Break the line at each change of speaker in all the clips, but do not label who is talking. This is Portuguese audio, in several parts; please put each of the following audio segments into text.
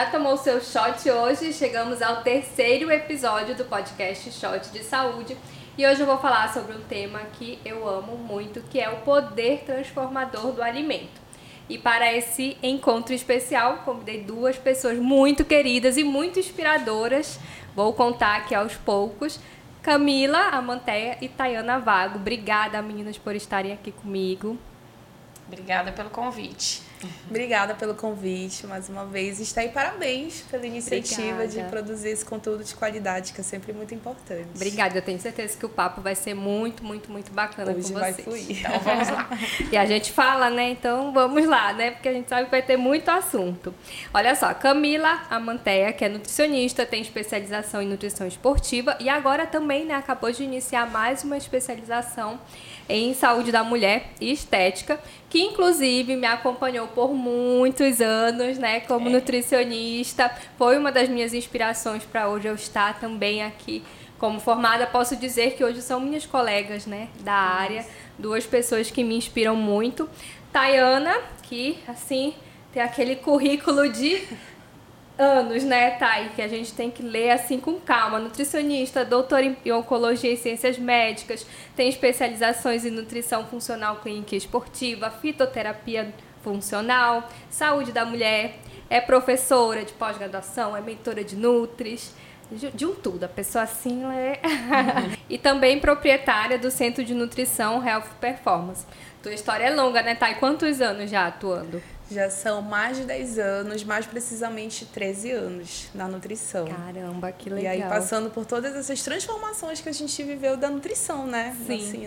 já tomou seu shot hoje? Chegamos ao 3º episódio do podcast Shot de Saúde. E hoje eu vou falar sobre um tema que eu amo muito, que é o poder transformador do alimento. E para esse encontro especial, convidei 2 pessoas muito queridas e muito inspiradoras. Vou contar aqui aos poucos. Camila Amantea e Tayana Vago. Obrigada, meninas, por estarem aqui comigo.
Obrigada pelo convite.
Obrigada pelo convite, mais uma vez. Está aí, parabéns pela iniciativa
Obrigada.
de produzir esse conteúdo de qualidade, que é sempre muito importante.
Obrigada, eu tenho certeza que o papo vai ser muito bacana
Hoje
com
vai
vocês.
fluir.
Então vamos lá.
E a gente fala, né? Então vamos lá, né? Porque a gente sabe que vai ter muito assunto. Olha só, Camila Amantea, que é nutricionista, tem especialização em nutrição esportiva e agora também, né, acabou de iniciar mais uma especialização em saúde da mulher e estética, que inclusive me acompanhou por muitos anos, né, como nutricionista. Foi uma das minhas inspirações para hoje eu estar também aqui como formada. Posso dizer que hoje são minhas colegas, né, da área, 2 pessoas que me inspiram muito. Tayana, que assim tem aquele currículo de anos, né, Thay, que a gente tem que ler assim com calma. Nutricionista, doutora em oncologia e ciências médicas, tem especializações em nutrição funcional clínica e esportiva, fitoterapia funcional, saúde da mulher, é professora de pós-graduação, é mentora de nutris, de um tudo, a pessoa assim ela é. E também proprietária do Centro de Nutrição Health Performance. Tua história é longa, né, Thay? Quantos anos já atuando?
Já são mais de 10 anos, mais precisamente 13 anos na nutrição.
Caramba, que legal.
E aí passando por todas essas transformações que a gente viveu da nutrição, né?
Sim.
Assim,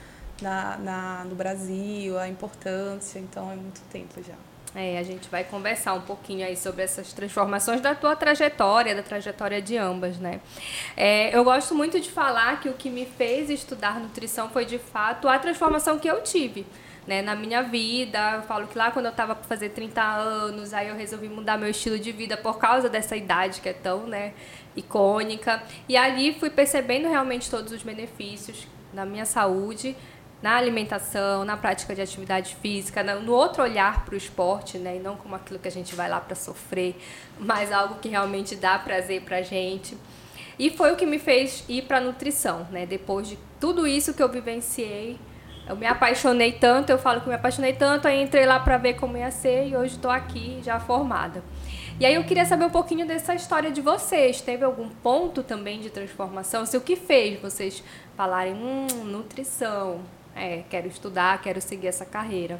no Brasil, a importância, então é muito tempo já.
A gente vai conversar um pouquinho aí sobre essas transformações da tua trajetória, da trajetória de ambas, né? Eu gosto muito de falar que o que me fez estudar nutrição foi, de fato, a transformação que eu tive, né, na minha vida. Eu falo que lá quando eu estava para fazer 30 anos, aí eu resolvi mudar meu estilo de vida por causa dessa idade que é tão, né, icônica. E ali fui percebendo realmente todos os benefícios na minha saúde, na alimentação, na prática de atividade física, no outro olhar para o esporte, né? E não como aquilo que a gente vai lá para sofrer, mas algo que realmente dá prazer para a gente. E foi o que me fez ir para a nutrição, né? Depois de tudo isso que eu vivenciei, eu me apaixonei tanto, eu falo que me apaixonei tanto, aí entrei lá para ver como ia ser e hoje estou aqui já formada. E aí eu queria saber um pouquinho dessa história de vocês. Teve algum ponto também de transformação? Assim, o que fez vocês falarem, nutrição, quero estudar, quero seguir essa carreira?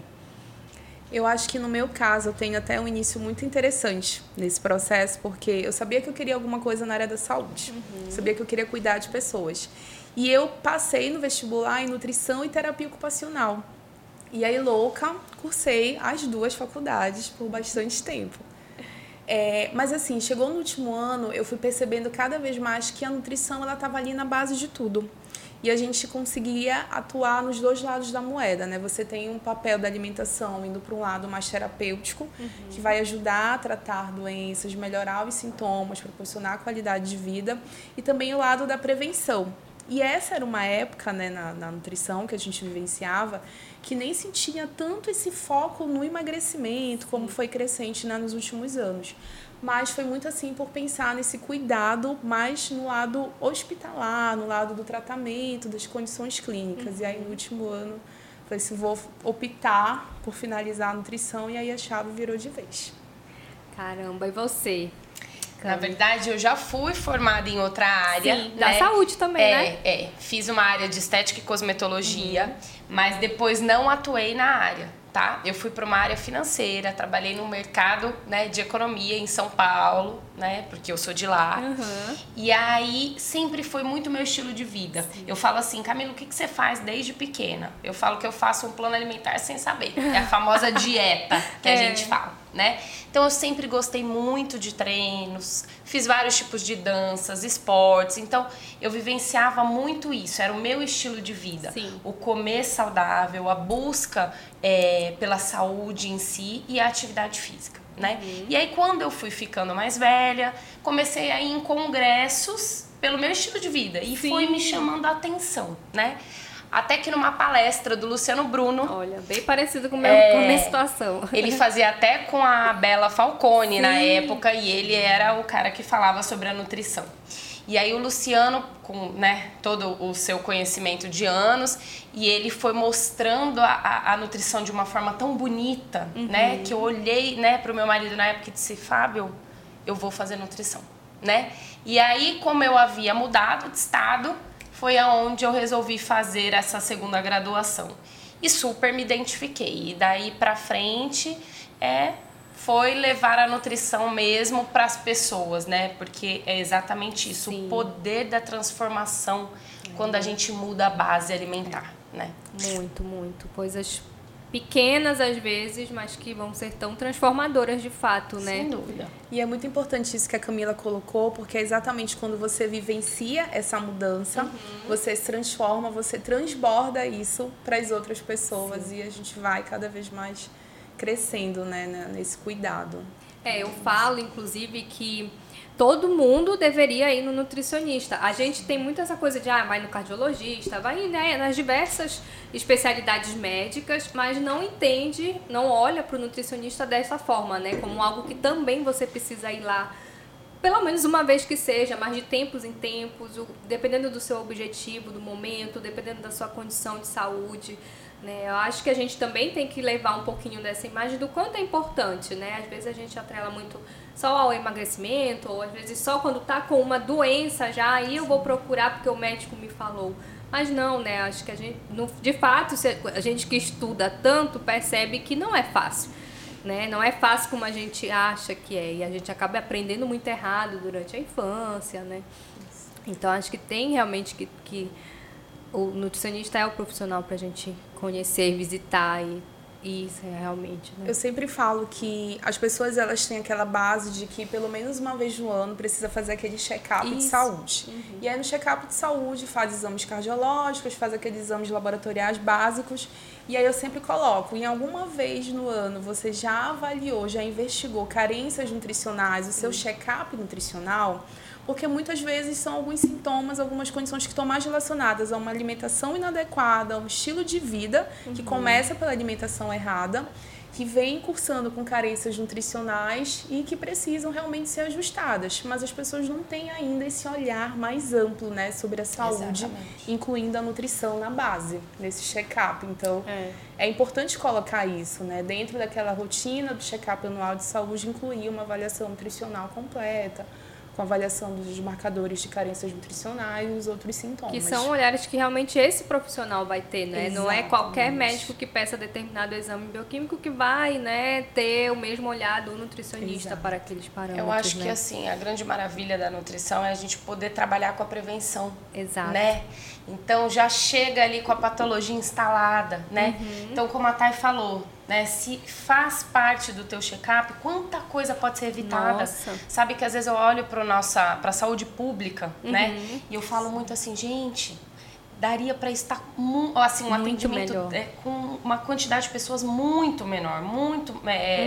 Eu acho que no meu caso eu tenho até um início muito interessante nesse processo, porque eu sabia que eu queria alguma coisa na área da saúde. Sabia que eu queria cuidar de pessoas. E eu passei no vestibular em nutrição e terapia ocupacional. E aí, louca, cursei as 2 faculdades por bastante tempo. Mas assim, chegou no último ano, eu fui percebendo cada vez mais que a nutrição ela estava ali na base de tudo. E a gente conseguia atuar nos 2 lados da moeda, né? Você tem um papel da alimentação indo para um lado mais terapêutico, que vai ajudar a tratar doenças, melhorar os sintomas, proporcionar qualidade de vida, e também o lado da prevenção. E essa era uma época, né, na nutrição que a gente vivenciava, que nem se tinha tanto esse foco no emagrecimento, como foi crescente, né, nos últimos anos. Mas foi muito assim por pensar nesse cuidado mais no lado hospitalar, no lado do tratamento, das condições clínicas. E aí, no último ano, falei assim, vou optar por finalizar a nutrição, e aí a chave virou de vez.
Caramba, e você?
Na verdade, eu já fui formada em outra área.
Sim, da saúde também, né?
Fiz uma área de estética e cosmetologia, mas depois não atuei na área, tá? Eu fui para uma área financeira, trabalhei no mercado, né, de economia em São Paulo, né, porque eu sou de lá. E aí sempre foi muito meu estilo de vida. Sim. Eu falo assim, Camila, o que você faz desde pequena? Eu falo que eu faço um plano alimentar sem saber. É a famosa dieta que a gente fala, né? Então eu sempre gostei muito de treinos, fiz vários tipos de danças, esportes. Então eu vivenciava muito isso, era o meu estilo de vida.
Sim.
O comer saudável, a busca pela saúde em si e a atividade física, né? E aí quando eu fui ficando mais velha, comecei a ir em congressos pelo meu estilo de vida e foi me chamando a atenção, né? Até que numa palestra do Luciano Bruno...
Olha, bem parecido com, com a minha situação.
Ele fazia até com a Bela Falcone na época, e ele era o cara que falava sobre a nutrição. E aí o Luciano, com, né, todo o seu conhecimento de anos, e ele foi mostrando a nutrição de uma forma tão bonita, né, que eu olhei, né, pro meu marido na época e disse, Fábio, eu vou fazer nutrição, né? E aí, como eu havia mudado de estado, foi aonde eu resolvi fazer essa segunda graduação. E super me identifiquei. E daí pra frente foi levar a nutrição mesmo para as pessoas, né? Porque é exatamente isso, o poder da transformação quando a gente muda a base alimentar, né?
Muito, muito. Coisas pequenas às vezes, mas que vão ser tão transformadoras de fato, né?
Sem dúvida.
E é muito importante isso que a Camila colocou, porque é exatamente quando você vivencia essa mudança, você se transforma, você transborda isso para as outras pessoas e a gente vai cada vez mais crescendo, né, nesse cuidado.
Eu falo, inclusive, que todo mundo deveria ir no nutricionista. A gente tem muito essa coisa de, vai no cardiologista, vai, né, nas diversas especialidades médicas, mas não entende, não olha para o nutricionista dessa forma, né, como algo que também você precisa ir lá, pelo menos uma vez que seja, mas de tempos em tempos, dependendo do seu objetivo, do momento, dependendo da sua condição de saúde, né? Eu acho que a gente também tem que levar um pouquinho dessa imagem do quanto é importante, né? Às vezes a gente atrela muito só ao emagrecimento, ou às vezes só quando tá com uma doença já, aí eu vou procurar porque o médico me falou. Mas não, né? Acho que a gente, de fato, a gente que estuda tanto percebe que não é fácil, né? Não é fácil como a gente acha que é, e a gente acaba aprendendo muito errado durante a infância, né? Então acho que tem realmente que o nutricionista é o profissional para a gente conhecer, visitar e isso é realmente, né?
Eu sempre falo que as pessoas elas têm aquela base de que pelo menos uma vez no ano precisa fazer aquele check-up de saúde. E aí no check-up de saúde faz exames cardiológicos, faz aqueles exames laboratoriais básicos. E aí eu sempre coloco, em alguma vez no ano você já avaliou, já investigou carências nutricionais, o seu check-up nutricional? Porque muitas vezes são alguns sintomas, algumas condições que estão mais relacionadas a uma alimentação inadequada, a um estilo de vida que começa pela alimentação errada, que vem cursando com carências nutricionais e que precisam realmente ser ajustadas. Mas as pessoas não têm ainda esse olhar mais amplo, né, sobre a saúde, incluindo a nutrição na base, nesse check-up. Então, é importante colocar isso, né, dentro daquela rotina do check-up anual de saúde, incluir uma avaliação nutricional completa, com avaliação dos marcadores de carências nutricionais e os outros sintomas.
Que são olhares que realmente esse profissional vai ter, né?
Exatamente.
Não é qualquer médico que peça determinado exame bioquímico que vai, né, ter o mesmo olhar do nutricionista para aqueles parâmetros.
Eu acho
né?
que assim, a grande maravilha da nutrição é a gente poder trabalhar com a prevenção.
Exato.
Né? Então já chega ali com a patologia instalada, né? Então, como a Thay falou, né, se faz parte do teu check-up, quanta coisa pode ser evitada.
Nossa.
Sabe que às vezes eu olho para a saúde pública, né? E eu falo muito assim, gente, daria para estar assim, um atendimento com uma quantidade de pessoas muito menor, muito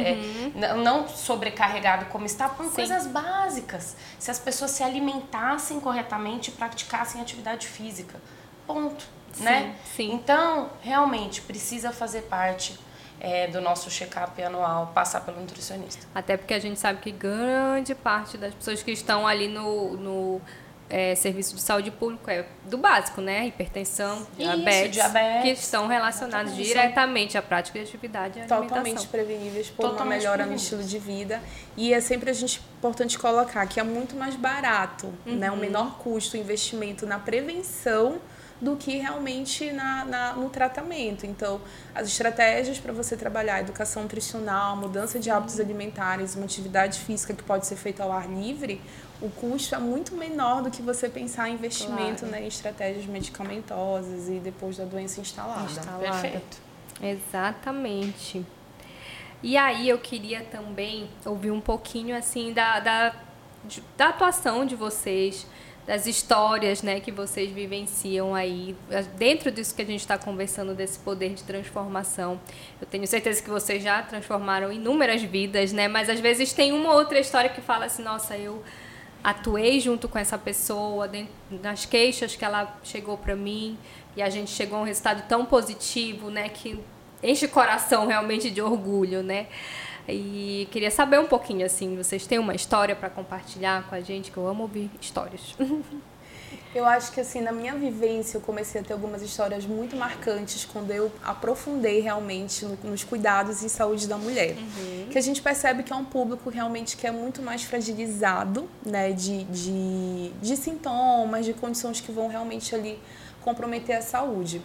não sobrecarregado como está, por coisas básicas. Se as pessoas se alimentassem corretamente e praticassem atividade física. Ponto. Né?
Sim.
Então, realmente, precisa fazer parte do nosso check-up anual, passar pelo nutricionista.
Até porque a gente sabe que grande parte das pessoas que estão ali no serviço de saúde público é do básico, né? Hipertensão, diabetes, que estão relacionados diretamente à prática de atividade e alimentação.
Totalmente preveníveis por uma melhora no estilo de vida. E é sempre importante colocar que é muito mais barato, né? Um menor custo, o investimento na prevenção do que realmente no tratamento. Então, as estratégias para você trabalhar a educação nutricional, mudança de hábitos alimentares, uma atividade física que pode ser feita ao ar livre, o custo é muito menor do que você pensar em investimento, né, em estratégias medicamentosas e depois da doença instalada.
Perfeito.
Exatamente. E aí eu queria também ouvir um pouquinho assim da atuação de vocês, das histórias, né, que vocês vivenciam aí, dentro disso que a gente está conversando, desse poder de transformação. Eu tenho certeza que vocês já transformaram inúmeras vidas, né, mas às vezes tem uma outra história que fala assim, nossa, eu atuei junto com essa pessoa, nas queixas que ela chegou para mim, e a gente chegou a um resultado tão positivo, né, que enche o coração realmente de orgulho, né? E queria saber um pouquinho, assim, vocês têm uma história para compartilhar com a gente, que eu amo ouvir histórias.
Eu acho que, assim, na minha vivência, eu comecei a ter algumas histórias muito marcantes quando eu aprofundei realmente nos cuidados em saúde da mulher. Que a gente percebe que é um público realmente que é muito mais fragilizado, né, de sintomas, de condições que vão realmente ali comprometer a saúde.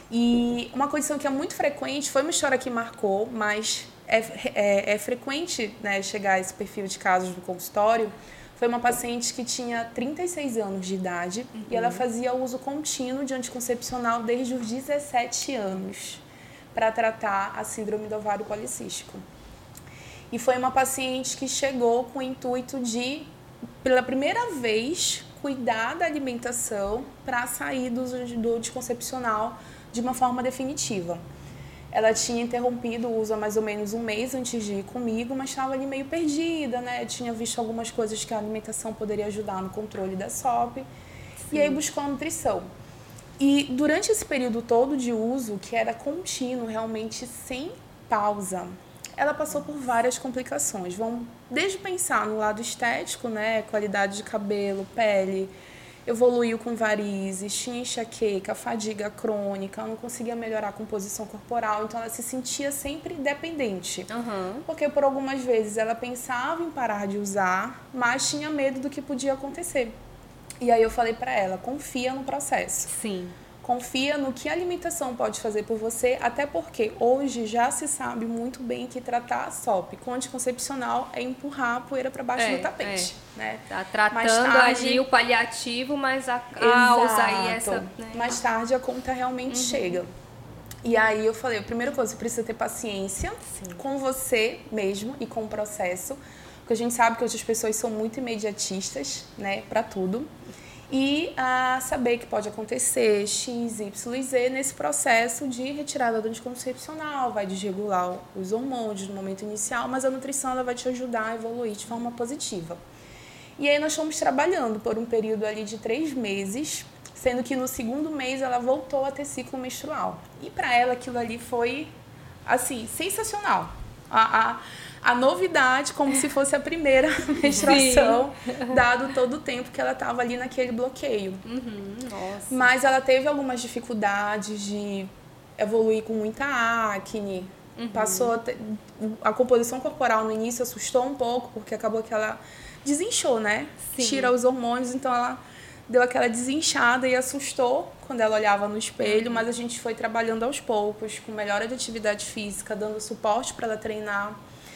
E uma condição que é muito frequente, foi uma história que marcou, mas é frequente, né, chegar a esse perfil de casos no consultório. Foi uma paciente que tinha 36 anos de idade e ela fazia uso contínuo de anticoncepcional desde os 17 anos para tratar a síndrome do ovário policístico. E foi uma paciente que chegou com o intuito de, pela primeira vez, cuidar da alimentação para sair do anticoncepcional de uma forma definitiva. Ela tinha interrompido o uso há mais ou menos um mês antes de ir comigo, mas estava ali meio perdida, né? Eu tinha visto algumas coisas que a alimentação poderia ajudar no controle da SOP. Sim. E aí buscou a nutrição. E durante esse período todo de uso, que era contínuo, realmente sem pausa, ela passou por várias complicações. Vamos desde pensar no lado estético, né? Qualidade de cabelo, pele, evoluiu com varizes, tinha enxaqueca, fadiga crônica, não conseguia melhorar a composição corporal, então ela se sentia sempre dependente. Porque por algumas vezes ela pensava em parar de usar, mas tinha medo do que podia acontecer. E aí eu falei para ela, confia no processo.
Sim.
Confia no que a alimentação pode fazer por você, até porque hoje já se sabe muito bem que tratar a SOP com anticoncepcional é empurrar a poeira para baixo do tapete. Né?
Tá tratando ali o paliativo, mas a causa e essa... Né?
Mais tarde a conta realmente chega. E aí eu falei, a primeira coisa, você precisa ter paciência com você mesmo e com o processo, porque a gente sabe que hoje as pessoas são muito imediatistas, né, para tudo. E saber que pode acontecer X, Y e Z nesse processo de retirada do anticoncepcional, vai desregular os hormônios no momento inicial, mas a nutrição ela vai te ajudar a evoluir de forma positiva. E aí nós fomos trabalhando por um período ali de 3 meses, sendo que no segundo mês ela voltou a ter ciclo menstrual. E para ela aquilo ali foi, assim, sensacional. A novidade, como se fosse a primeira menstruação, dado todo o tempo que ela estava ali naquele bloqueio.
Nossa.
Mas ela teve algumas dificuldades de evoluir com muita acne, passou a composição corporal no início assustou um pouco, porque acabou que ela desinchou, né?
Sim.
Tira os hormônios, então ela deu aquela desinchada e assustou quando ela olhava no espelho, mas a gente foi trabalhando aos poucos, com melhora de atividade física, dando suporte para ela treinar.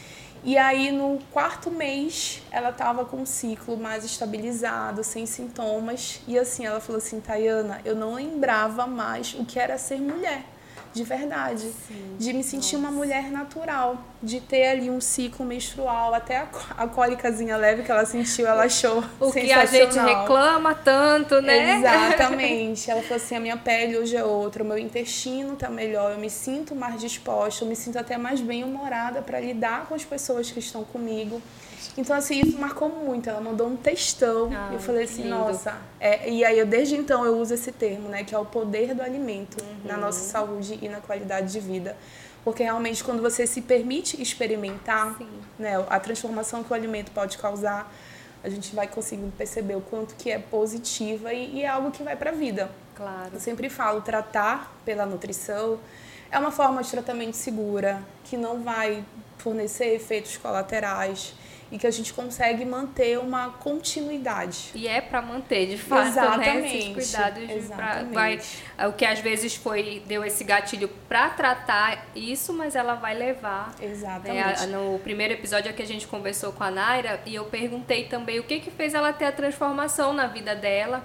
E aí, no 4º mês, ela estava com um ciclo mais estabilizado, sem sintomas. E assim, ela falou assim, Tayana, eu não lembrava mais o que era ser mulher, de verdade.
Sim.
De me sentir uma mulher natural, de ter ali um ciclo menstrual, até a cólicazinha leve que ela sentiu, ela achou
o
sensacional.
que a gente reclama tanto, né?
Exatamente. Ela falou assim, a minha pele hoje é outra, o meu intestino tá melhor, eu me sinto mais disposta, eu me sinto até mais bem-humorada para lidar com as pessoas que estão comigo. Então, assim, isso marcou muito. Ela mandou um textão. Eu falei assim,
lindo.
nossa... E aí, desde então, eu uso esse termo, né? Que é o poder do alimento na nossa saúde e na qualidade de vida. Porque, realmente, quando você se permite experimentar, né, a transformação que o alimento pode causar, a gente vai conseguindo perceber o quanto que é positiva e é algo que vai para a vida.
Claro.
Eu sempre falo, tratar pela nutrição é uma forma de tratamento segura, que não vai fornecer efeitos colaterais, e que a gente consegue manter uma continuidade.
E é para manter, de fato,
exatamente,
né? Esses cuidados.
Exatamente.
O que às vezes deu esse gatilho para tratar isso, mas ela vai levar.
Exatamente.
No primeiro episódio que a gente conversou com a Naira, e eu perguntei também o que fez ela ter a transformação na vida dela.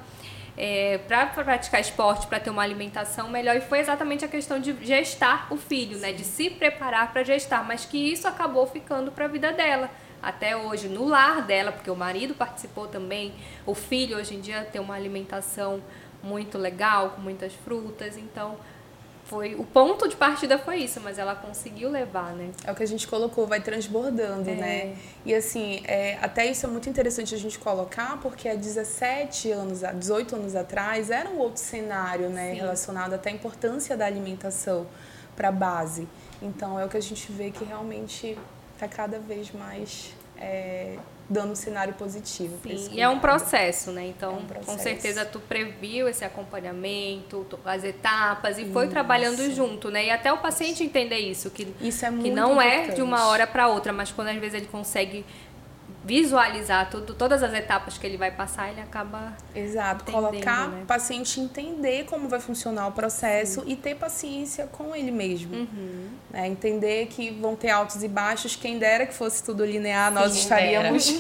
Para praticar esporte, para ter uma alimentação melhor, e foi exatamente a questão de gestar o filho, né? De se preparar para gestar, mas que isso acabou ficando para a vida dela. Até hoje, no lar dela, porque o marido participou também, o filho hoje em dia tem uma alimentação muito legal, com muitas frutas, então o ponto de partida foi isso, mas ela conseguiu levar, né?
É o que a gente colocou, vai transbordando, né? E assim, até isso é muito interessante a gente colocar, porque há 18 anos atrás era um outro cenário, né? Relacionado até à importância da alimentação para a base. Então é o que a gente vê que realmente está cada vez mais dando um cenário positivo.
Sim, e é um processo, né? Então,
processo.
Com certeza, tu previu esse acompanhamento, as etapas e foi trabalhando junto, né? E até o paciente entender isso, que não é de uma hora para outra, mas quando às vezes ele consegue visualizar todas as etapas que ele vai passar, ele acaba
colocar
né?
o paciente entender como vai funcionar o processo e ter paciência com ele mesmo. Né? Entender que vão ter altos e baixos, quem dera que fosse tudo linear, nós estaríamos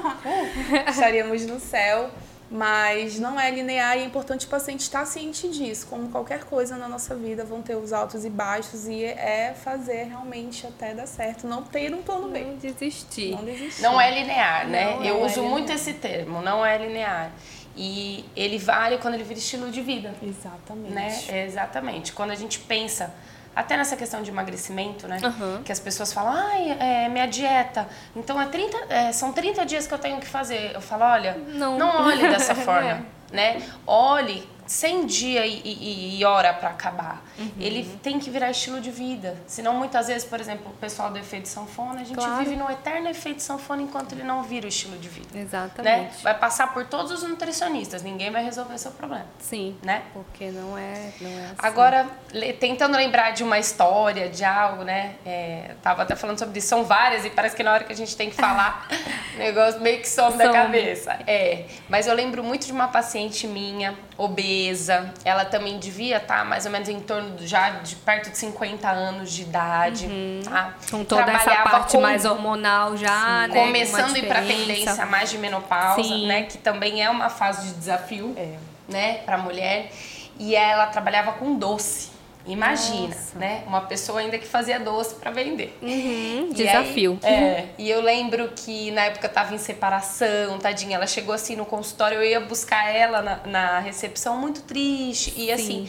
no céu. Mas não é linear e é importante o paciente estar ciente disso. Como qualquer coisa na nossa vida, vão ter os altos e baixos e fazer realmente até dar certo. Não ter um plano B.
Não desistir.
Não é linear, né? Eu uso muito esse termo, não é linear. E ele vale quando ele vira estilo de vida.
Exatamente.
Né? Exatamente. Quando a gente pensa... Até nessa questão de emagrecimento, né? Que as pessoas falam, minha dieta, então são 30 dias que eu tenho que fazer. Eu falo, olha, não olhe dessa forma, né? Olhe 100 dias e hora para acabar. Ele tem que virar estilo de vida. Senão, muitas vezes, por exemplo, o pessoal do efeito sanfona, a gente vive no eterno efeito sanfona enquanto ele não vira o estilo de vida.
Exatamente.
Né? Vai passar por todos os nutricionistas, ninguém vai resolver seu problema.
Sim,
né?
Porque não é assim.
Agora, tentando lembrar de uma história, de algo, né? Tava até falando sobre isso, são várias e parece que na hora que a gente tem que falar, o negócio meio que some da cabeça. Mas eu lembro muito de uma paciente minha, obesa, ela também devia estar mais ou menos em torno já de perto de 50 anos de idade, tá?
Com toda essa parte mais hormonal já, né?
Começando a ir para a tendência mais de menopausa, né? Que também é uma fase de desafio, né? Para a mulher. E ela trabalhava com doce. Imagina, né? Uma pessoa ainda que fazia doce para vender.
Desafio.
E eu lembro que na época eu tava em separação, tadinha. Ela chegou assim no consultório, eu ia buscar ela na recepção muito triste. E assim,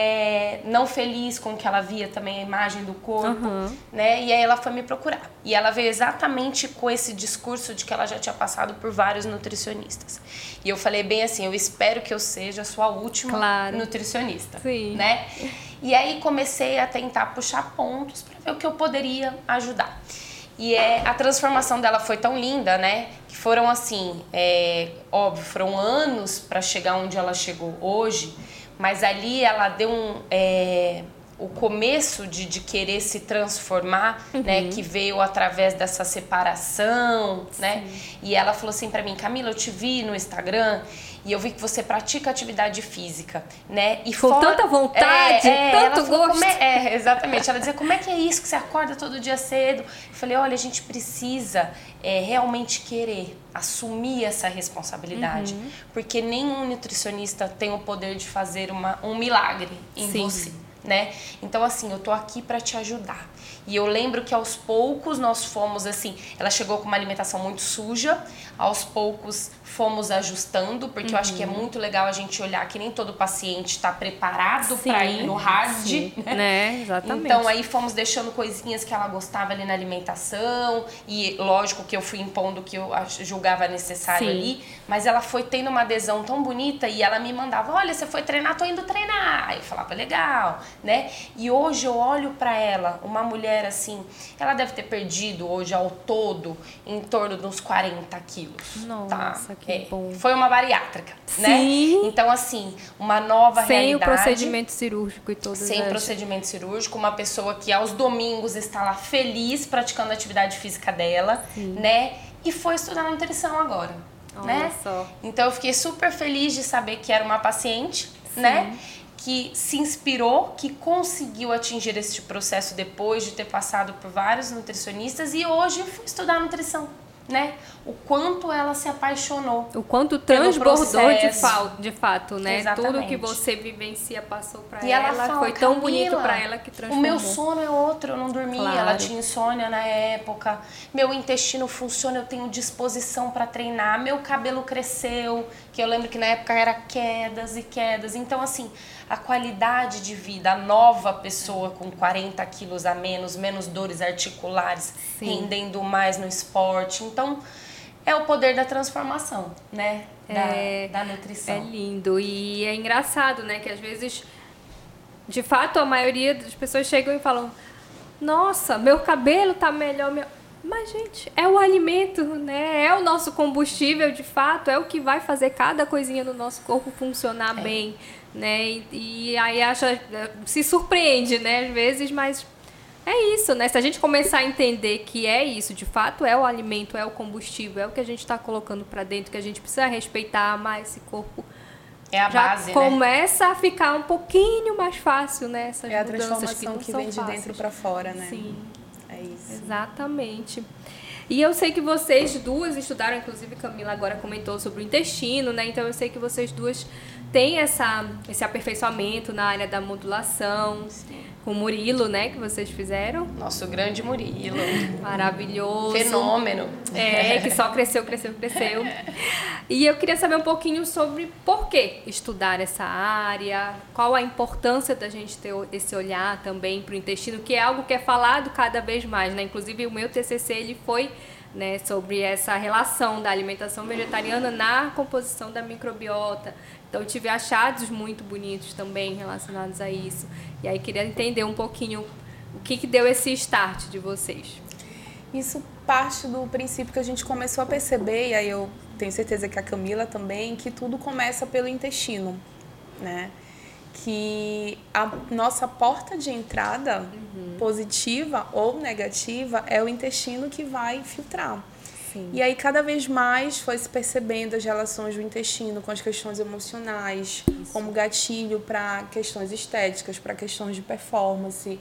não feliz com o que ela via também, a imagem do corpo, né? E aí ela foi me procurar. E ela veio exatamente com esse discurso de que ela já tinha passado por vários nutricionistas. E eu falei bem assim, eu espero que eu seja a sua última nutricionista, né? E aí comecei a tentar puxar pontos para ver o que eu poderia ajudar. E a transformação dela foi tão linda, né? Que foram assim, óbvio, foram anos para chegar onde ela chegou hoje, mas ali ela deu o começo de querer se transformar, né, que veio através dessa separação, né? E ela falou assim pra mim, Camila, eu te vi no Instagram e eu vi que você pratica atividade física, né? E
com tanta vontade, tanto gosto.
Exatamente. Ela dizia, como é que é isso que você acorda todo dia cedo? Eu falei, olha, a gente precisa realmente querer assumir essa responsabilidade, porque nenhum nutricionista tem o poder de fazer um milagre em você. Né? Então, assim, eu tô aqui para te ajudar. E eu lembro que aos poucos nós fomos assim, ela chegou com uma alimentação muito suja, aos poucos fomos ajustando, porque eu acho que é muito legal a gente olhar que nem todo paciente está preparado para ir no hard,
né? Exatamente.
Então aí fomos deixando coisinhas que ela gostava ali na alimentação e lógico que eu fui impondo o que eu julgava necessário ali, mas ela foi tendo uma adesão tão bonita e ela me mandava, olha, você foi treinar, tô indo treinar. Aí eu falava, legal, né? E hoje eu olho para ela, uma mulher assim, ela deve ter perdido hoje ao todo em torno de uns 40 quilos.
Nossa, que bom.
Foi uma bariátrica, né? Então, assim, uma nova realidade.
Sem o procedimento cirúrgico e todas
Sem procedimento cirúrgico, uma pessoa que aos domingos está lá feliz praticando a atividade física dela, né? E foi estudar nutrição agora, né? Então, eu fiquei super feliz de saber que era uma paciente, né? Que se inspirou, que conseguiu atingir este processo depois de ter passado por vários nutricionistas e hoje foi estudar nutrição, né? O quanto ela se apaixonou.
O quanto transbordou de fato, né? Exatamente. Tudo que você vivencia passou pra ela
fala,
foi tão bonito pra ela que transformou.
O meu sono é outro, eu não dormia, ela tinha insônia na época, meu intestino funciona, eu tenho disposição pra treinar, meu cabelo cresceu, que eu lembro que na época era quedas e quedas. Então, assim, a qualidade de vida, a nova pessoa com 40 quilos a menos dores articulares,
Sim.
rendendo mais no esporte. Então, é o poder da transformação, né? Da nutrição.
É lindo e é engraçado, né? Que às vezes, de fato, a maioria das pessoas chegam e falam: nossa, meu cabelo tá melhor. Mas, gente, é o alimento, né? É o nosso combustível, de fato, é o que vai fazer cada coisinha no nosso corpo funcionar bem, né? E aí se surpreende, né? Às vezes, mas é isso, né? Se a gente começar a entender que é isso, de fato, é o alimento, é o combustível, é o que a gente está colocando para dentro, que a gente precisa respeitar, amar esse corpo.
É a
Já
base,
começa a ficar um pouquinho mais fácil, né? Essas
É a
mudanças
transformação que vem de
fáceis.
dentro para fora, né?
Sim.
É isso.
Exatamente. E eu sei que vocês duas estudaram, inclusive Camila agora comentou sobre o intestino, né? Então eu sei que vocês duas têm esse aperfeiçoamento na área da modulação.
Sim.
Com o Murilo, né? Que vocês fizeram.
Nosso grande Murilo.
Maravilhoso.
Fenômeno.
Que só cresceu. E eu queria saber um pouquinho sobre por que estudar essa área, qual a importância da gente ter esse olhar também para o intestino, que é algo que é falado cada vez mais, né? Inclusive o meu TCC ele foi, né, sobre essa relação da alimentação vegetariana na composição da microbiota. Então eu tive achados muito bonitos também relacionados a isso. E aí queria entender um pouquinho o que deu esse start de vocês.
Isso parte do princípio que a gente começou a perceber, e aí eu tenho certeza que a Camila também, que tudo começa pelo intestino, né? Que a nossa porta de entrada, positiva ou negativa, é o intestino que vai filtrar.
Sim.
E aí, cada vez mais foi se percebendo as relações do intestino com as questões emocionais, como gatilho para questões estéticas, para questões de performance.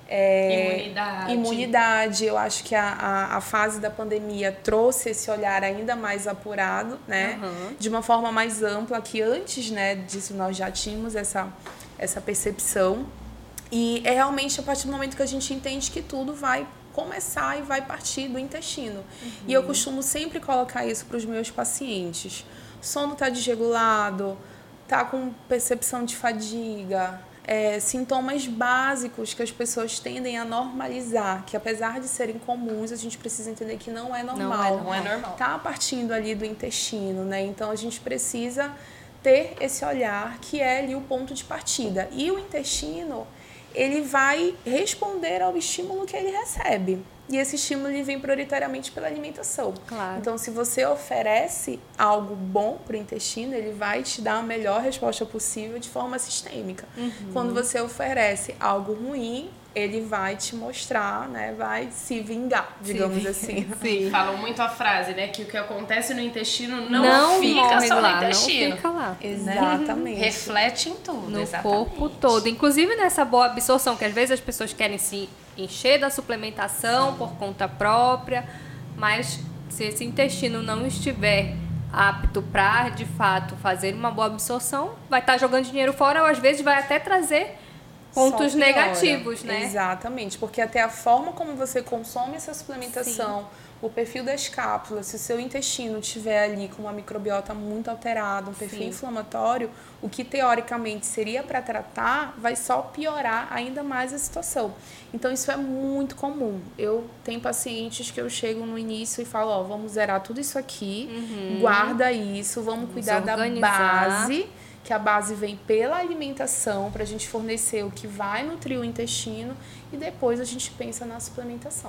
Imunidade. Eu acho que a fase da pandemia trouxe esse olhar ainda mais apurado, né? De uma forma mais ampla, que antes, né, disso nós já tínhamos essa percepção. E é realmente a partir do momento que a gente entende que tudo vai começar e vai partir do intestino. E eu costumo sempre colocar isso para os meus pacientes. O sono está desregulado, está com percepção de fadiga, sintomas básicos que as pessoas tendem a normalizar, que apesar de serem comuns, a gente precisa entender que não é normal.
Não é normal.
Está partindo ali do intestino, né? Então a gente precisa ter esse olhar que é ali o ponto de partida. E o intestino, ele vai responder ao estímulo que ele recebe. E esse estímulo ele vem prioritariamente pela alimentação.
Claro.
Então, se você oferece algo bom para o intestino, ele vai te dar a melhor resposta possível de forma sistêmica. Quando você oferece algo ruim, ele vai te mostrar, né? Vai se vingar, digamos assim.
Sim.
Falam muito a frase, né? Que o que acontece no intestino não fica só no intestino.
Não fica lá.
Exatamente.
Reflete em tudo.
No
exatamente.
corpo todo. Inclusive nessa boa absorção, que às vezes as pessoas querem se encher da suplementação por conta própria, mas se esse intestino não estiver apto para, de fato, fazer uma boa absorção, vai estar jogando dinheiro fora ou às vezes vai até trazer pontos
Só piora.
negativos, né?
Exatamente, porque até a forma como você consome essa suplementação, o perfil das cápsulas, se o seu intestino estiver ali com uma microbiota muito alterada, um perfil inflamatório, o que teoricamente seria para tratar, vai só piorar ainda mais a situação. Então isso é muito comum. Eu tenho pacientes que eu chego no início e falo, vamos zerar tudo isso aqui, guarda isso, vamos cuidar da base, que a base vem pela alimentação, para a gente fornecer o que vai nutrir o intestino e depois a gente pensa na suplementação.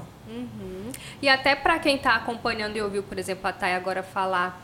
E até para quem está acompanhando e ouviu, por exemplo, a Thay agora falar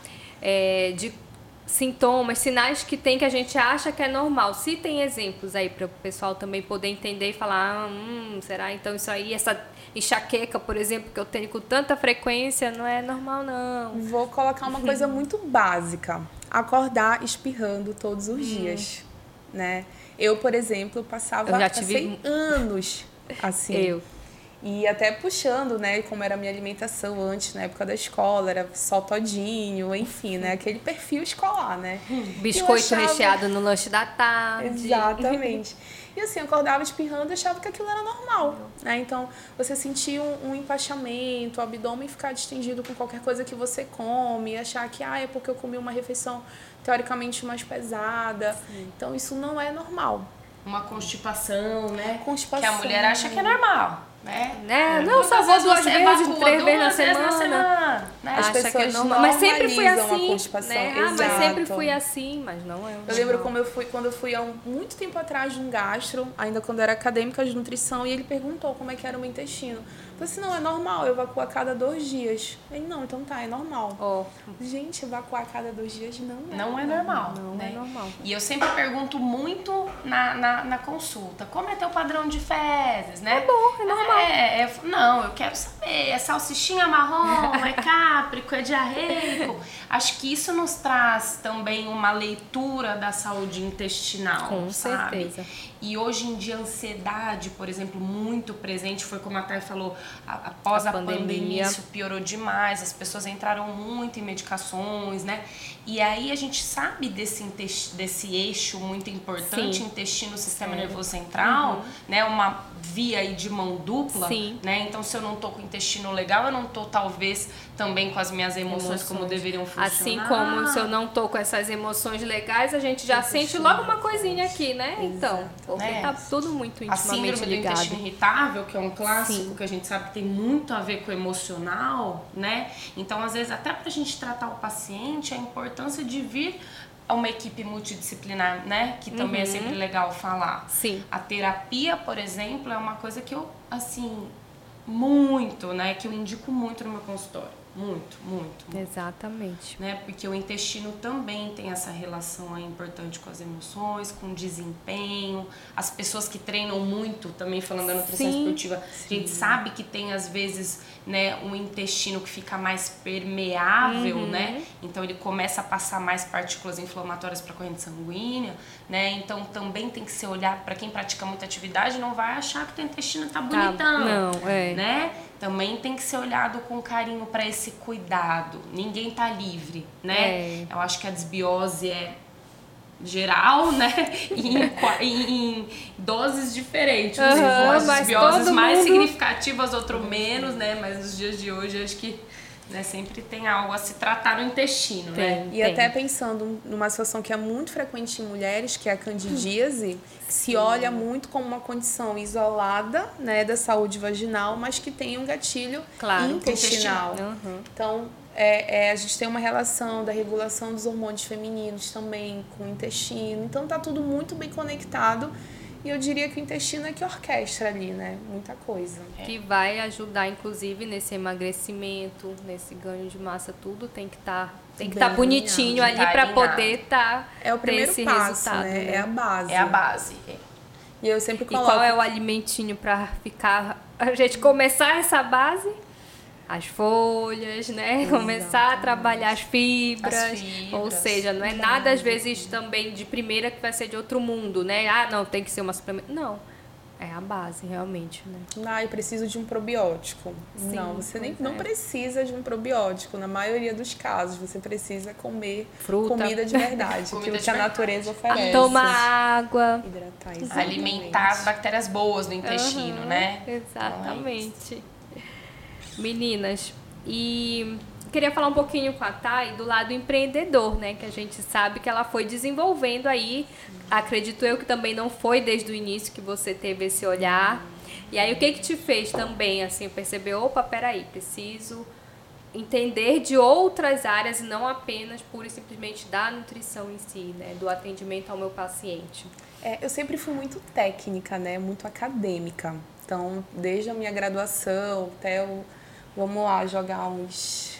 de sintomas, sinais que tem que a gente acha que é normal. Se tem exemplos aí para o pessoal também poder entender e falar, será então isso aí, essa enxaqueca, por exemplo, que eu tenho com tanta frequência, não é normal não.
Vou colocar uma coisa muito básica. Acordar espirrando todos os dias, né? Eu, por exemplo, passei anos assim. E até puxando, né, como era a minha alimentação antes, na época da escola, era só todinho, enfim, né, aquele perfil escolar, né?
Biscoito recheado no lanche da tarde.
Exatamente. E assim, eu acordava espirrando e achava que aquilo era normal, né? Então, você sentia um empachamento, o abdômen ficar distendido com qualquer coisa que você come, achar que, é porque eu comi uma refeição teoricamente mais pesada. Sim. Então, isso não é normal.
Uma constipação, né?
Constipação.
Que a mulher acha que é normal.
Não, só vou 2 vezes, 3 vezes na semana.
Né?
As
Acha que é
pessoas
normal. Mas sempre fui
a
assim,
constipação.
né? Mas sempre fui assim, mas não é.
Eu lembro quando eu fui há muito tempo atrás de um gastro, ainda quando eu era acadêmica de nutrição, e ele perguntou como é que era o meu intestino. Eu falei assim, não, é normal, eu evacuo a cada 2 dias. Ele, não, então tá, é normal. Gente, evacuar a cada 2 dias não
é normal.
Não
né?
é normal.
E eu sempre pergunto muito na consulta, como é teu padrão de fezes, né?
É bom, é normal.
Não, eu quero saber, é salsichinha marrom, é cáprico, é diarreico. Acho que isso nos traz também uma leitura da saúde intestinal,
com
sabe?
certeza.
E hoje em dia a ansiedade, por exemplo, muito presente, foi como a Thay falou, após a pandemia isso piorou demais, as pessoas entraram muito em medicações, né? E aí a gente sabe desse eixo muito importante,
Sim.
intestino, sistema nervoso central, né? Uma via aí de mão dupla,
Sim.
né? Então se eu não tô com o intestino legal, eu não tô talvez também com as minhas emoções como deveriam funcionar.
Assim como se eu não tô com essas emoções legais, a gente já sente logo uma coisinha aqui, né? Então, porque tá tudo muito
a
intimamente
síndrome
ligado.
do intestino irritável, que é um clássico,
Sim.
que a gente sabe que tem muito a ver com o emocional, né? Então, às vezes, até pra gente tratar o paciente, a importância de vir a uma equipe multidisciplinar, né? Que também é sempre legal falar.
Sim.
A terapia, por exemplo, é uma coisa que eu, assim, muito, né? Que eu indico muito no meu consultório. Muito.
Exatamente.
Né? Porque o intestino também tem essa relação aí importante com as emoções, com o desempenho. As pessoas que treinam muito, também falando da nutrição esportiva, a gente sabe que tem às vezes, né, um intestino que fica mais permeável, né? Então ele começa a passar mais partículas inflamatórias para a corrente sanguínea, né? Então também tem que se olhar para quem pratica muita atividade, não vai achar que o teu intestino tá bonitão, né? Também tem que ser olhado com carinho para esse cuidado. Ninguém tá livre, né? Eu acho que a desbiose é geral, né? em doses diferentes. As desbioses mais significativas, outro menos, né? Mas nos dias de hoje, acho que sempre tem algo a se tratar no intestino, né?
E até pensando numa situação que é muito frequente em mulheres, que é a candidíase, que se olha muito como uma condição isolada, né, da saúde vaginal, mas que tem um gatilho intestinal. Então, a gente tem uma relação da regulação dos hormônios femininos também com o intestino. Então, tá tudo muito bem conectado. E eu diria que o intestino é que orquestra ali, né? Muita coisa.
Que vai ajudar, inclusive, nesse emagrecimento, nesse ganho de massa, tudo tem que estar bonitinho ali para poder
é o primeiro
esse
passo,
resultado, né?
É a base.
É a base.
E eu sempre coloco...
E qual é o alimentinho para a gente começar essa base? As folhas, né? Começar a trabalhar as fibras. Ou seja, não é nada, às vezes, também de primeira que vai ser de outro mundo, né? Não, tem que ser uma suplementação. Não. É a base, realmente, né?
Eu preciso de um probiótico.
Sim,
não, você não precisa de um probiótico. Na maioria dos casos, você precisa comer comida de verdade. Aquilo que a natureza oferece.
Tomar água.
Hidratar.
Alimentar as bactérias boas no intestino, né?
Exatamente. Meninas, e queria falar um pouquinho com a Thay do lado empreendedor, né? Que a gente sabe que ela foi desenvolvendo aí. Acredito eu que também não foi desde o início que você teve esse olhar. E aí, o que te fez também, assim, perceber, peraí, preciso entender de outras áreas e não apenas pura e simplesmente da nutrição em si, né? Do atendimento ao meu paciente.
Eu sempre fui muito técnica, né? Muito acadêmica. Então, desde a minha graduação até vamos lá, jogar uns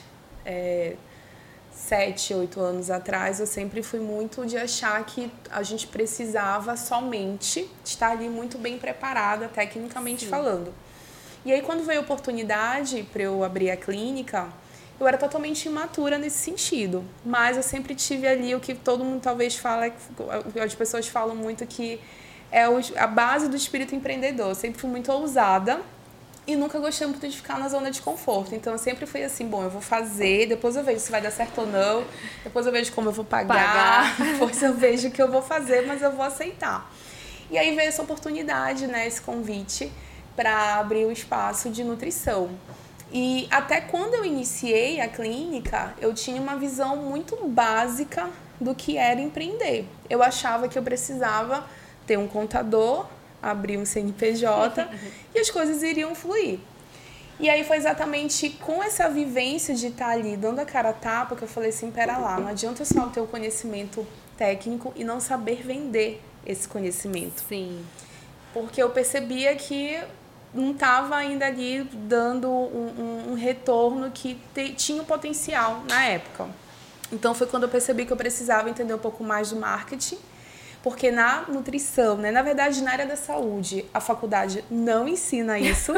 7, 8 anos atrás, eu sempre fui muito de achar que a gente precisava somente estar ali muito bem preparada, tecnicamente falando. E aí, quando veio a oportunidade para eu abrir a clínica, eu era totalmente imatura nesse sentido. Mas eu sempre tive ali o que todo mundo talvez fala, as pessoas falam muito que é a base do espírito empreendedor. Eu sempre fui muito ousada. E nunca gostei muito de ficar na zona de conforto. Então, eu sempre fui assim, eu vou fazer, depois eu vejo se vai dar certo ou não, depois eu vejo como eu vou pagar. Depois eu vejo o que eu vou fazer, mas eu vou aceitar. E aí veio essa oportunidade, né, esse convite para abrir o espaço de nutrição. E até quando eu iniciei a clínica, eu tinha uma visão muito básica do que era empreender. Eu achava que eu precisava ter um contador, abrir um CNPJ e as coisas iriam fluir. E aí foi exatamente com essa vivência de estar ali dando a cara a tapa que eu falei assim, pera lá, não adianta só ter o conhecimento técnico e não saber vender esse conhecimento.
Sim.
Porque eu percebia que não estava ainda ali dando um retorno que tinha um potencial na época. Então foi quando eu percebi que eu precisava entender um pouco mais do marketing, porque na nutrição, né, na verdade na área da saúde, a faculdade não ensina isso.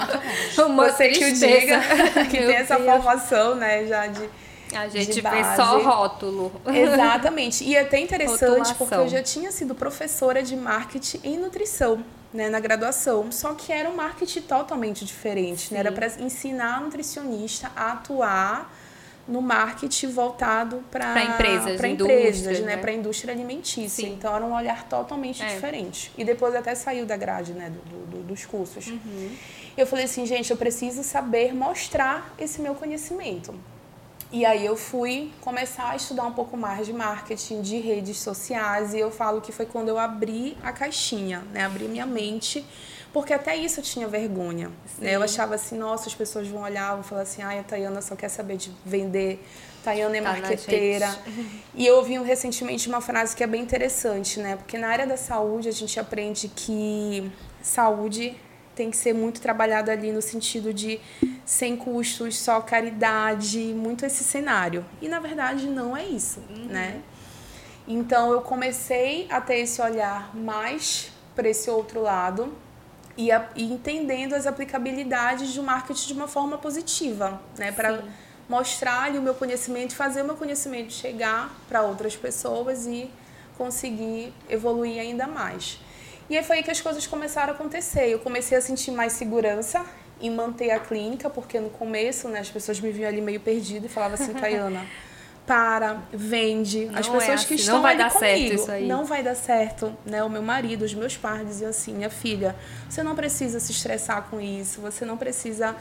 Você que o diga, que tem essa formação, né, já de
a gente
base.
vê só rótulo.
Exatamente. E é até interessante
Rotulação.
porque eu já tinha sido professora de marketing em nutrição, né, na graduação, só que era um marketing totalmente diferente, né? Era para ensinar a nutricionista a atuar no marketing voltado para empresas, né? Para a indústria alimentícia. Sim. Então era um olhar totalmente diferente. E depois até saiu da grade, né, dos cursos. Eu falei assim, gente, eu preciso saber mostrar esse meu conhecimento. E aí eu fui começar a estudar um pouco mais de marketing, de redes sociais, e eu falo que foi quando eu abri a caixinha, né? Abri minha mente, porque até isso eu tinha vergonha, né? Eu achava assim, nossa, as pessoas vão olhar, vão falar assim, ai, a Tayana só quer saber de vender, Tayana é marqueteira. E eu ouvi recentemente uma frase que é bem interessante, né? Porque na área da saúde a gente aprende que saúde tem que ser muito trabalhado ali no sentido de sem custos, só caridade, muito esse cenário. E, na verdade, não é isso, né? Então, eu comecei a ter esse olhar mais para esse outro lado e entendendo as aplicabilidades do marketing de uma forma positiva, né? Para mostrar ali o meu conhecimento, fazer o meu conhecimento chegar para outras pessoas e conseguir evoluir ainda mais. E aí foi aí que as coisas começaram a acontecer. Eu comecei a sentir mais segurança em manter a clínica, porque no começo, né, as pessoas me viam ali meio perdida e falavam assim, Tayana, vende. As pessoas que estão ali comigo, não vai dar certo, né? O meu marido, os meus pais diziam assim, minha filha, você não precisa se estressar com isso, você não precisa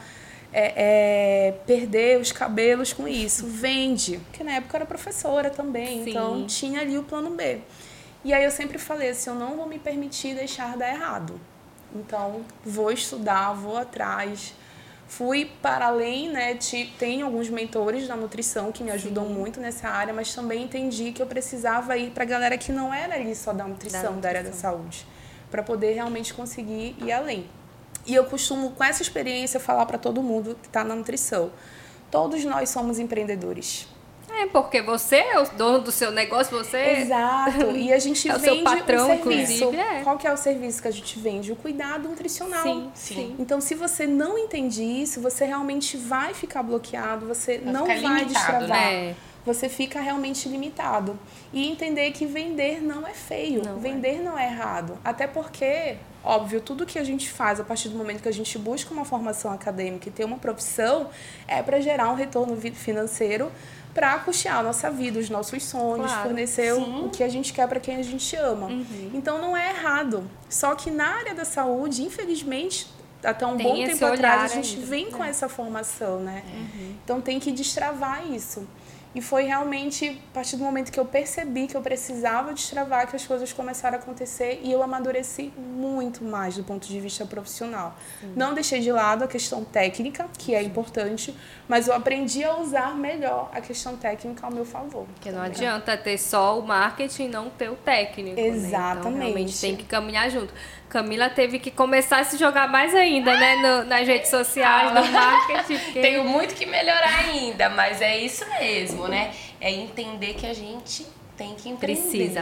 perder os cabelos com isso, vende. Porque na época eu era professora também, então tinha ali o plano B. E aí eu sempre falei assim, eu não vou me permitir deixar dar errado. Então, vou estudar, vou atrás. Fui para além, né? Tenho alguns mentores da nutrição que me ajudam muito nessa área, mas também entendi que eu precisava ir para a galera que não era ali só da nutrição, da área da saúde, para poder realmente conseguir ir além. E eu costumo, com essa experiência, falar para todo mundo que está na nutrição. Todos nós somos empreendedores.
Porque você é o dono do seu negócio, você...
Exato, e a gente
é
vende
o seu patrão,
um serviço.
Inclusive,
Qual que é o serviço que a gente vende? O cuidado nutricional.
Sim.
Então, se você não entende isso, você realmente vai ficar bloqueado, você não vai destravar. Né? Você fica realmente limitado. E entender que vender não é feio, vender não é errado. Até porque, óbvio, tudo que a gente faz a partir do momento que a gente busca uma formação acadêmica e ter uma profissão é para gerar um retorno financeiro para custear a nossa vida, os nossos sonhos, fornecer o que a gente quer para quem a gente ama. Então, não é errado. Só que na área da saúde, infelizmente, até um bom tempo atrás, a gente vem com essa formação, né? Então, tem que destravar isso. E foi realmente, a partir do momento que eu percebi que eu precisava destravar, que as coisas começaram a acontecer e eu amadureci muito mais do ponto de vista profissional. Não deixei de lado a questão técnica, que é importante, mas eu aprendi a usar melhor a questão técnica ao meu favor.
Porque não adianta ter só o marketing e não ter o técnico.
Exatamente.
Né? Então, realmente tem que caminhar junto. Camila teve que começar a se jogar mais ainda, né? Nas redes sociais, no marketing. Porque...
Tenho muito que melhorar ainda, mas é isso mesmo, né? É entender que a gente tem que empreender.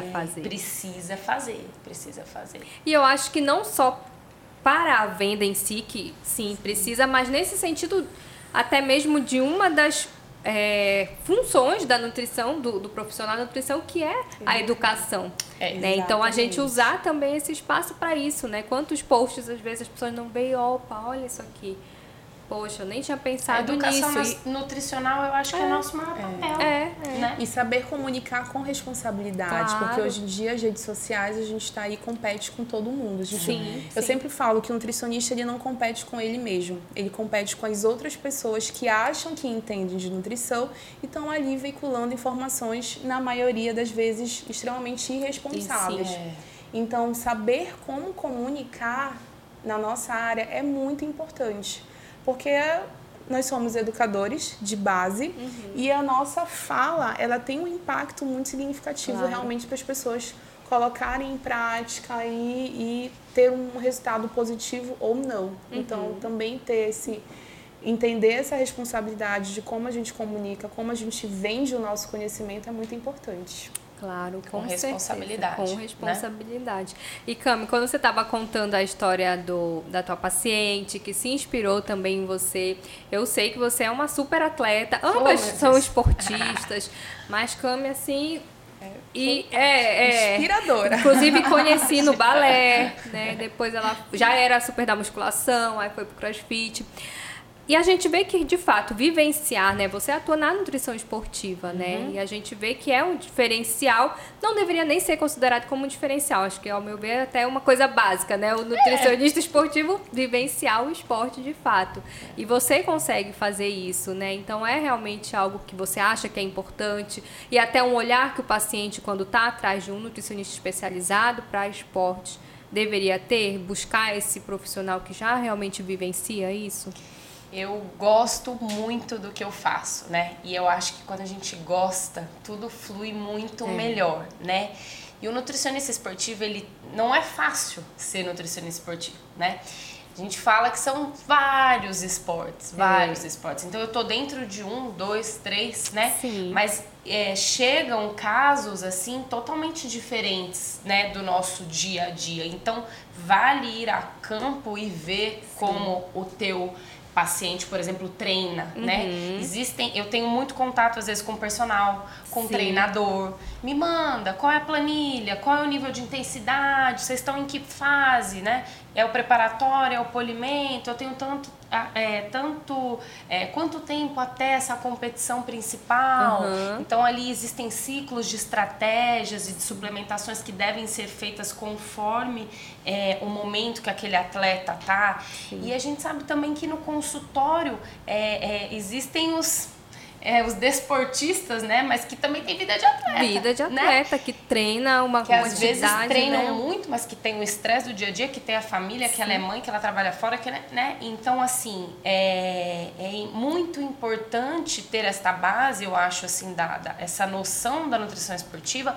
Precisa fazer.
E eu acho que não só para a venda em si, que sim, precisa, mas nesse sentido até mesmo de uma das funções da nutrição, do profissional da nutrição, que é a educação. Né? Então, a gente usar também esse espaço para isso, né? Quantos posts, às vezes, as pessoas não veem, opa, olha isso aqui. poxa, eu nem tinha
A
pensado
educação
nisso.
nutricional, eu acho que é nosso maior papel. Né?
E saber comunicar com responsabilidade,
Claro.
porque hoje em dia, as redes sociais, a gente está aí, compete com todo mundo.
Sim,
Eu
sim.
sempre falo que o nutricionista, ele não compete com ele mesmo, ele compete com as outras pessoas que acham que entendem de nutrição e estão ali veiculando informações, na maioria das vezes, extremamente irresponsáveis. Então, saber como comunicar na nossa área é muito importante, porque nós somos educadores de base e a nossa fala, ela tem um impacto muito significativo realmente para as pessoas colocarem em prática e ter um resultado positivo ou não. Então, também entender essa responsabilidade de como a gente comunica, como a gente vende o nosso conhecimento é muito importante.
Claro,
Com
certeza,
responsabilidade,
com responsabilidade. E Cami, quando você estava contando a história da tua paciente, que se inspirou também em você, eu sei que você é uma super atleta, ambas são esportistas, mas Cami, assim...
Inspiradora.
Inclusive conheci no balé, né? Depois ela já era super da musculação, aí foi pro CrossFit. E a gente vê que, de fato, vivenciar, né? Você atua na nutrição esportiva, né? E a gente vê que é um diferencial, não deveria nem ser considerado como um diferencial. Acho que, ao meu ver, até uma coisa básica, né? O nutricionista esportivo vivenciar o esporte de fato. E você consegue fazer isso, né? Então, é realmente algo que você acha que é importante. E até um olhar que o paciente, quando está atrás de um nutricionista especializado para esportes, deveria ter, buscar esse profissional que já realmente vivencia isso.
Eu gosto muito do que eu faço, né? E eu acho que quando a gente gosta, tudo flui muito melhor, né? E o nutricionista esportivo, ele não é fácil ser nutricionista esportivo, né? A gente fala que são vários esportes. Então, eu tô dentro de 1, 2, 3, né?
Sim.
Mas chegam casos, assim, totalmente diferentes, né? Do nosso dia a dia. Então, vale ir a campo e ver como o teu paciente, por exemplo, treina, né? Eu tenho muito contato, às vezes, com o personal, com o treinador. Me manda, qual é a planilha, qual é o nível de intensidade, vocês estão em que fase, né? É o preparatório, é o polimento, eu tenho quanto tempo até essa competição principal. Então, ali existem ciclos de estratégias e de suplementações que devem ser feitas conforme o momento que aquele atleta tá. E a gente sabe também que no consultório existem os desportistas, né? Mas que também tem vida de atleta.
Vida de atleta, né? Que treina uma
que às vezes treinam,
né?
muito, mas que tem o estresse do dia a dia, que tem a família, que ela é mãe, que ela trabalha fora, né? Então, assim, é muito importante ter esta base, eu acho, assim, essa noção da nutrição esportiva,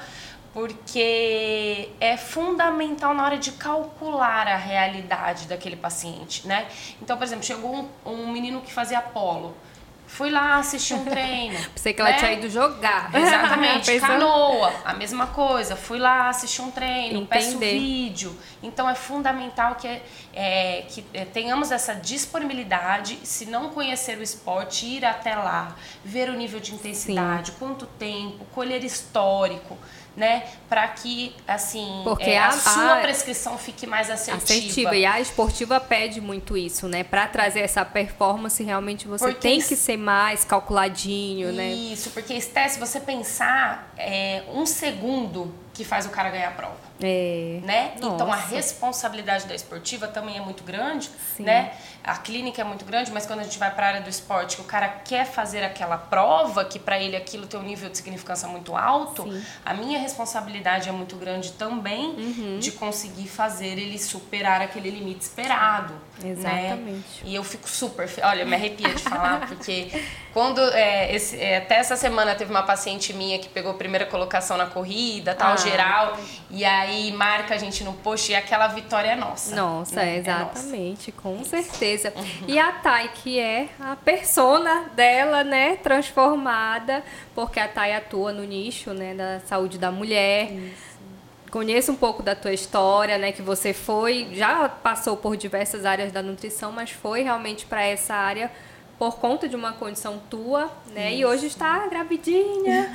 porque é fundamental na hora de calcular a realidade daquele paciente, né? Então, por exemplo, chegou um menino que fazia polo. Fui lá assistir um treino.
Pensei que ela tinha ido jogar.
Exatamente. Canoa, a mesma coisa. Fui lá assistir um treino, peço vídeo. Então, é fundamental que tenhamos essa disponibilidade, se não conhecer o esporte, ir até lá, ver o nível de intensidade, quanto tempo, colher histórico, né? Para que, assim, a sua prescrição fique mais assertiva.
E a esportiva pede muito isso, né? Para trazer essa performance, realmente você tem que ser mais calculadinho, né?
Isso, porque, Esté, se você pensar, 1 segundo que faz o cara ganhar a prova. Né? Então, a responsabilidade da esportiva também é muito grande, né? A clínica é muito grande, mas quando a gente vai para a área do esporte, que o cara quer fazer aquela prova, que para ele aquilo tem um nível de significância muito alto, a minha responsabilidade é muito grande também de conseguir fazer ele superar aquele limite esperado.
Exatamente.
Né? E eu fico super... Olha, eu me arrepio de falar, porque quando... até essa semana teve uma paciente minha que pegou a primeira colocação na corrida, tal, geral, e aí marca a gente no post e aquela vitória é nossa.
Nossa, né? Exatamente, com certeza. E a Thay, que é a persona dela, né, transformada, porque a Thay atua no nicho, né, da saúde da mulher. Conheço um pouco da tua história, né, que você já passou por diversas áreas da nutrição, mas foi realmente para essa área por conta de uma condição tua, né? E hoje está gravidinha.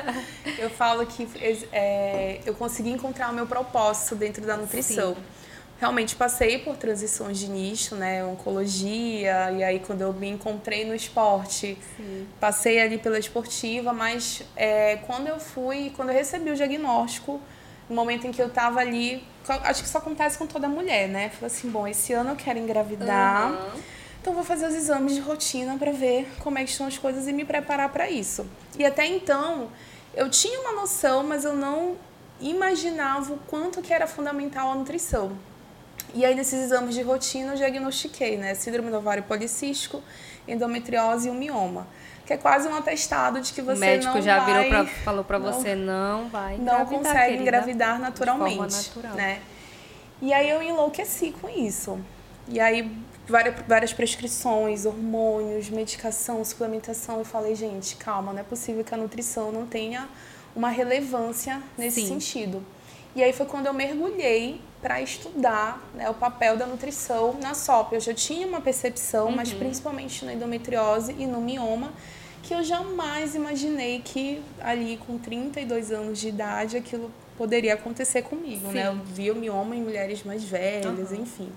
Eu falo que eu consegui encontrar o meu propósito dentro da nutrição. realmente passei por transições de nicho, né? Oncologia, e aí quando eu me encontrei no esporte, passei ali pela esportiva, mas quando eu recebi o diagnóstico, no momento em que eu tava ali, acho que isso acontece com toda mulher, né? Falei assim, bom, esse ano eu quero engravidar, então vou fazer os exames de rotina para ver como é que estão as coisas e me preparar para isso. E até então, eu tinha uma noção, mas eu não imaginava o quanto que era fundamental a nutrição. E aí, nesses exames de rotina, eu diagnostiquei, né? Síndrome do ovário policístico, endometriose e um mioma. Que é quase um atestado de que você
o médico
não
já
vai...
falou pra você, não vai
não
engravidar,
consegue
querida,
engravidar naturalmente,
de forma natural.
né? E aí eu enlouqueci com isso. E aí várias prescrições, hormônios, medicação, suplementação. Eu falei, gente, calma, não é possível que a nutrição não tenha uma relevância nesse sentido. E aí foi quando eu mergulhei para estudar, né, o papel da nutrição na SOP. Eu já tinha uma percepção, mas principalmente na endometriose e no mioma, que eu jamais imaginei que ali com 32 anos de idade aquilo poderia acontecer comigo, né? Eu vi o mioma em mulheres mais velhas, enfim.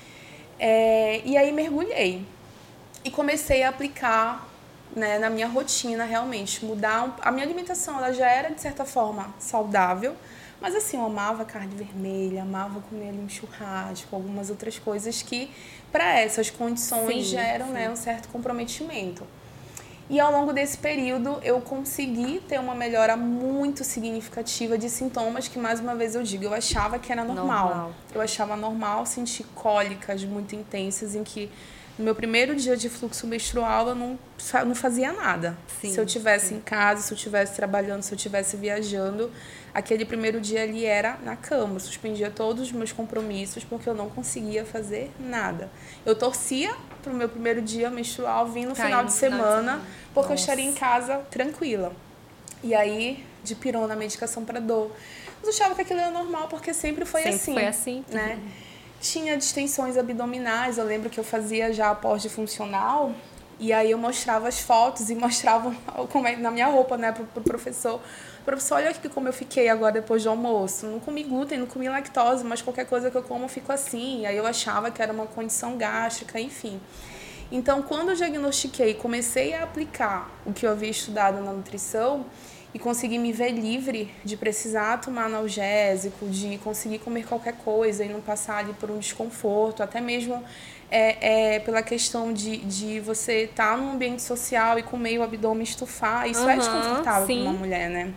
E aí mergulhei e comecei a aplicar, né, na minha rotina realmente, mudar a minha alimentação. Ela já era de certa forma saudável, mas assim, eu amava carne vermelha, amava comer ali um churrasco, algumas outras coisas que para essas condições geram, né, um certo comprometimento. E ao longo desse período eu consegui ter uma melhora muito significativa de sintomas que, mais uma vez eu digo, eu achava que era normal. Eu achava normal sentir cólicas muito intensas em que no meu primeiro dia de fluxo menstrual eu não fazia nada. Se eu estivesse em casa, se eu estivesse trabalhando, se eu estivesse viajando, aquele primeiro dia ali era na cama. Eu suspendia todos os meus compromissos porque eu não conseguia fazer nada. Eu torcia para o meu primeiro dia menstrual vir no final de semana, porque eu estaria em casa tranquila. E aí, de pirona, medicação para dor. Eu achava que aquilo era normal, porque sempre foi assim. Né? Tinha distensões abdominais, eu lembro que eu fazia já a pós-funcional, e aí eu mostrava as fotos e mostrava como na minha roupa, né, pro professor. Professor, olha aqui como eu fiquei agora depois do almoço. Não comi glúten, não comi lactose, mas qualquer coisa que eu como eu fico assim. E aí eu achava que era uma condição gástrica, enfim. Então, quando eu diagnostiquei, comecei a aplicar o que eu havia estudado na nutrição e consegui me ver livre de precisar tomar analgésico, de conseguir comer qualquer coisa e não passar ali por um desconforto, até mesmo pela questão de você estar num ambiente social e comer o abdômen estufar. Isso é desconfortável para uma mulher, né?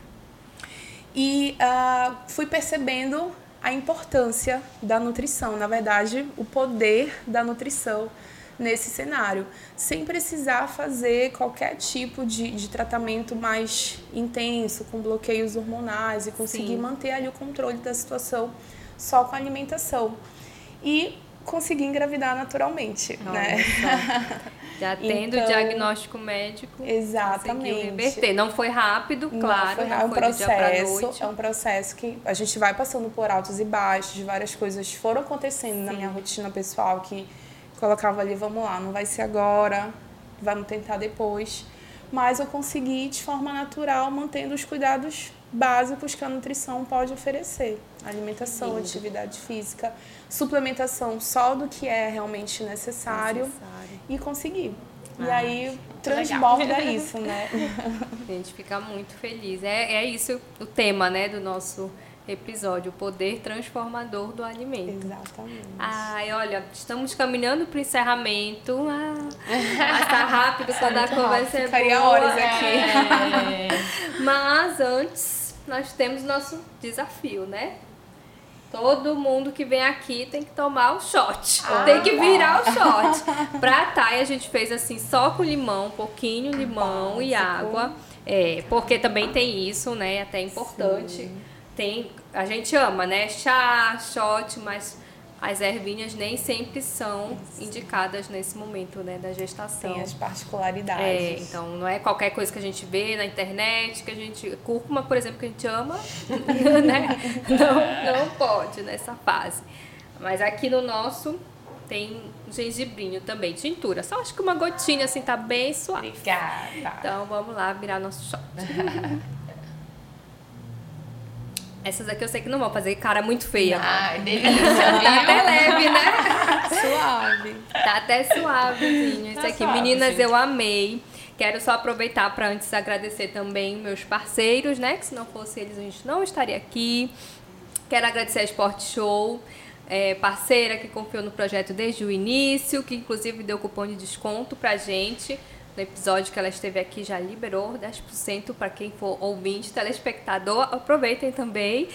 E fui percebendo a importância da nutrição, na verdade, o poder da nutrição nesse cenário, sem precisar fazer qualquer tipo de tratamento mais intenso, com bloqueios hormonais, e conseguir manter ali o controle da situação só com a alimentação. E conseguir engravidar naturalmente, né?
Já tendo o diagnóstico médico, conseguiu reverter. Não foi rápido, claro, não foi do dia pra noite.
É um processo que a gente vai passando por altos e baixos, várias coisas foram acontecendo na minha rotina pessoal que colocava ali, vamos lá, não vai ser agora, vamos tentar depois. Mas eu consegui, de forma natural, mantendo os cuidados básicos que a nutrição pode oferecer. Alimentação, atividade física, suplementação só do que é realmente necessário. E conseguir. E aí transborda isso, né?
A gente fica muito feliz. É isso o tema, né, do nosso episódio, o poder transformador do alimento.
Exatamente.
Ai, olha, estamos caminhando para o encerramento. Tá rápido quando a conversa é boa.
Ficaria horas aqui.
Mas antes, nós temos nosso desafio, né? Todo mundo que vem aqui tem que tomar o shot. Tem que virar o shot. Pra Thay, a gente fez assim, só com limão, um pouquinho limão e água. Porque também tem isso, né? Até importante. A gente ama, né? Chá, shot, mas as ervinhas nem sempre são indicadas nesse momento, né, da gestação.
Tem as particularidades.
Então não é qualquer coisa que a gente vê na internet, que a gente... Cúrcuma, por exemplo, que a gente ama, né? Não pode nessa fase. Mas aqui no nosso tem gengibrinho também, tintura. Só acho que uma gotinha assim tá bem suave.
Obrigada.
Então vamos lá virar nosso shot. Essas aqui eu sei que não vão fazer cara muito feia.
Ai, delícia,
Tá até
viu?
leve, né?
Suave.
Tá até suavezinho isso
Tá
aqui.
suave,
Meninas,
gente.
eu amei. Quero só aproveitar para antes agradecer também meus parceiros, né? Que se não fosse eles, a gente não estaria aqui. Quero agradecer a Sport Show, parceira que confiou no projeto desde o início, que inclusive deu cupom de desconto pra gente. No episódio que ela esteve aqui já liberou 10% para quem for ouvinte, telespectador. Aproveitem também.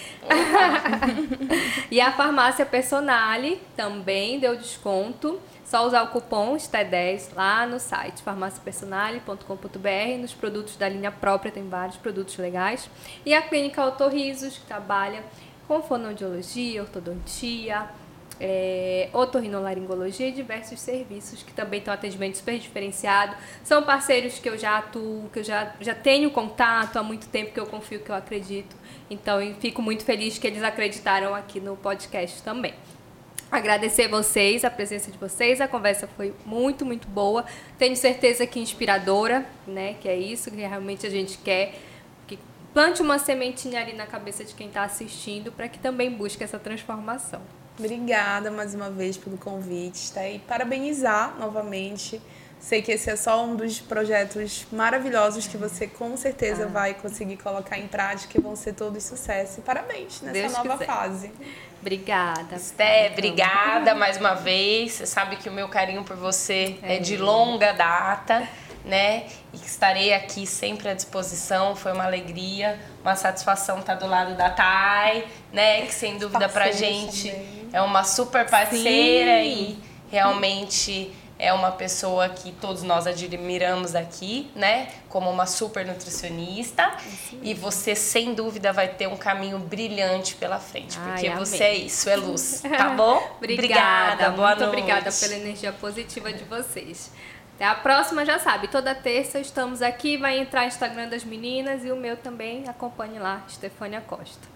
E a Farmácia Personale também deu desconto. Só usar o cupom STE10 lá no site farmaciapersonale.com.br. Nos produtos da linha própria tem vários produtos legais. E a Clínica Otorrisos, que trabalha com fonoaudiologia, ortodontia, otorrinolaringologia e diversos serviços que também têm um atendimento super diferenciado. São parceiros que eu já atuo, que eu já tenho contato há muito tempo, que eu confio, que eu acredito. Então, eu fico muito feliz que eles acreditaram aqui no podcast também. Agradecer vocês, a presença de vocês, a conversa foi muito, muito boa. Tenho certeza que inspiradora, né? Que é isso que realmente a gente quer. Que plante uma sementinha ali na cabeça de quem está assistindo para que também busque essa transformação.
Obrigada mais uma vez pelo convite, tá? E parabenizar novamente. Sei que esse é só um dos projetos maravilhosos que você com certeza vai conseguir colocar em prática e vão ser todos sucesso. E parabéns nessa
Deus
nova
quiser.
fase.
Obrigada.
Esté, obrigada mais uma vez. Você sabe que o meu carinho por você é de longa data, né? E que estarei aqui sempre à disposição. Foi uma alegria, uma satisfação estar do lado da Thay, né? Que sem dúvida pra gente é uma super parceira.
Sim.
E realmente é uma pessoa que todos nós admiramos aqui, né? Como uma super nutricionista. E você, sem dúvida, vai ter um caminho brilhante pela frente. Porque
Ai,
você
amém.
é isso, é luz. Tá bom?
Obrigada,
boa
muito
noite.
obrigada pela energia positiva de vocês. Até a próxima, já sabe, toda terça estamos aqui, vai entrar no Instagram das meninas e o meu também, acompanhe lá, Estefânia Costa.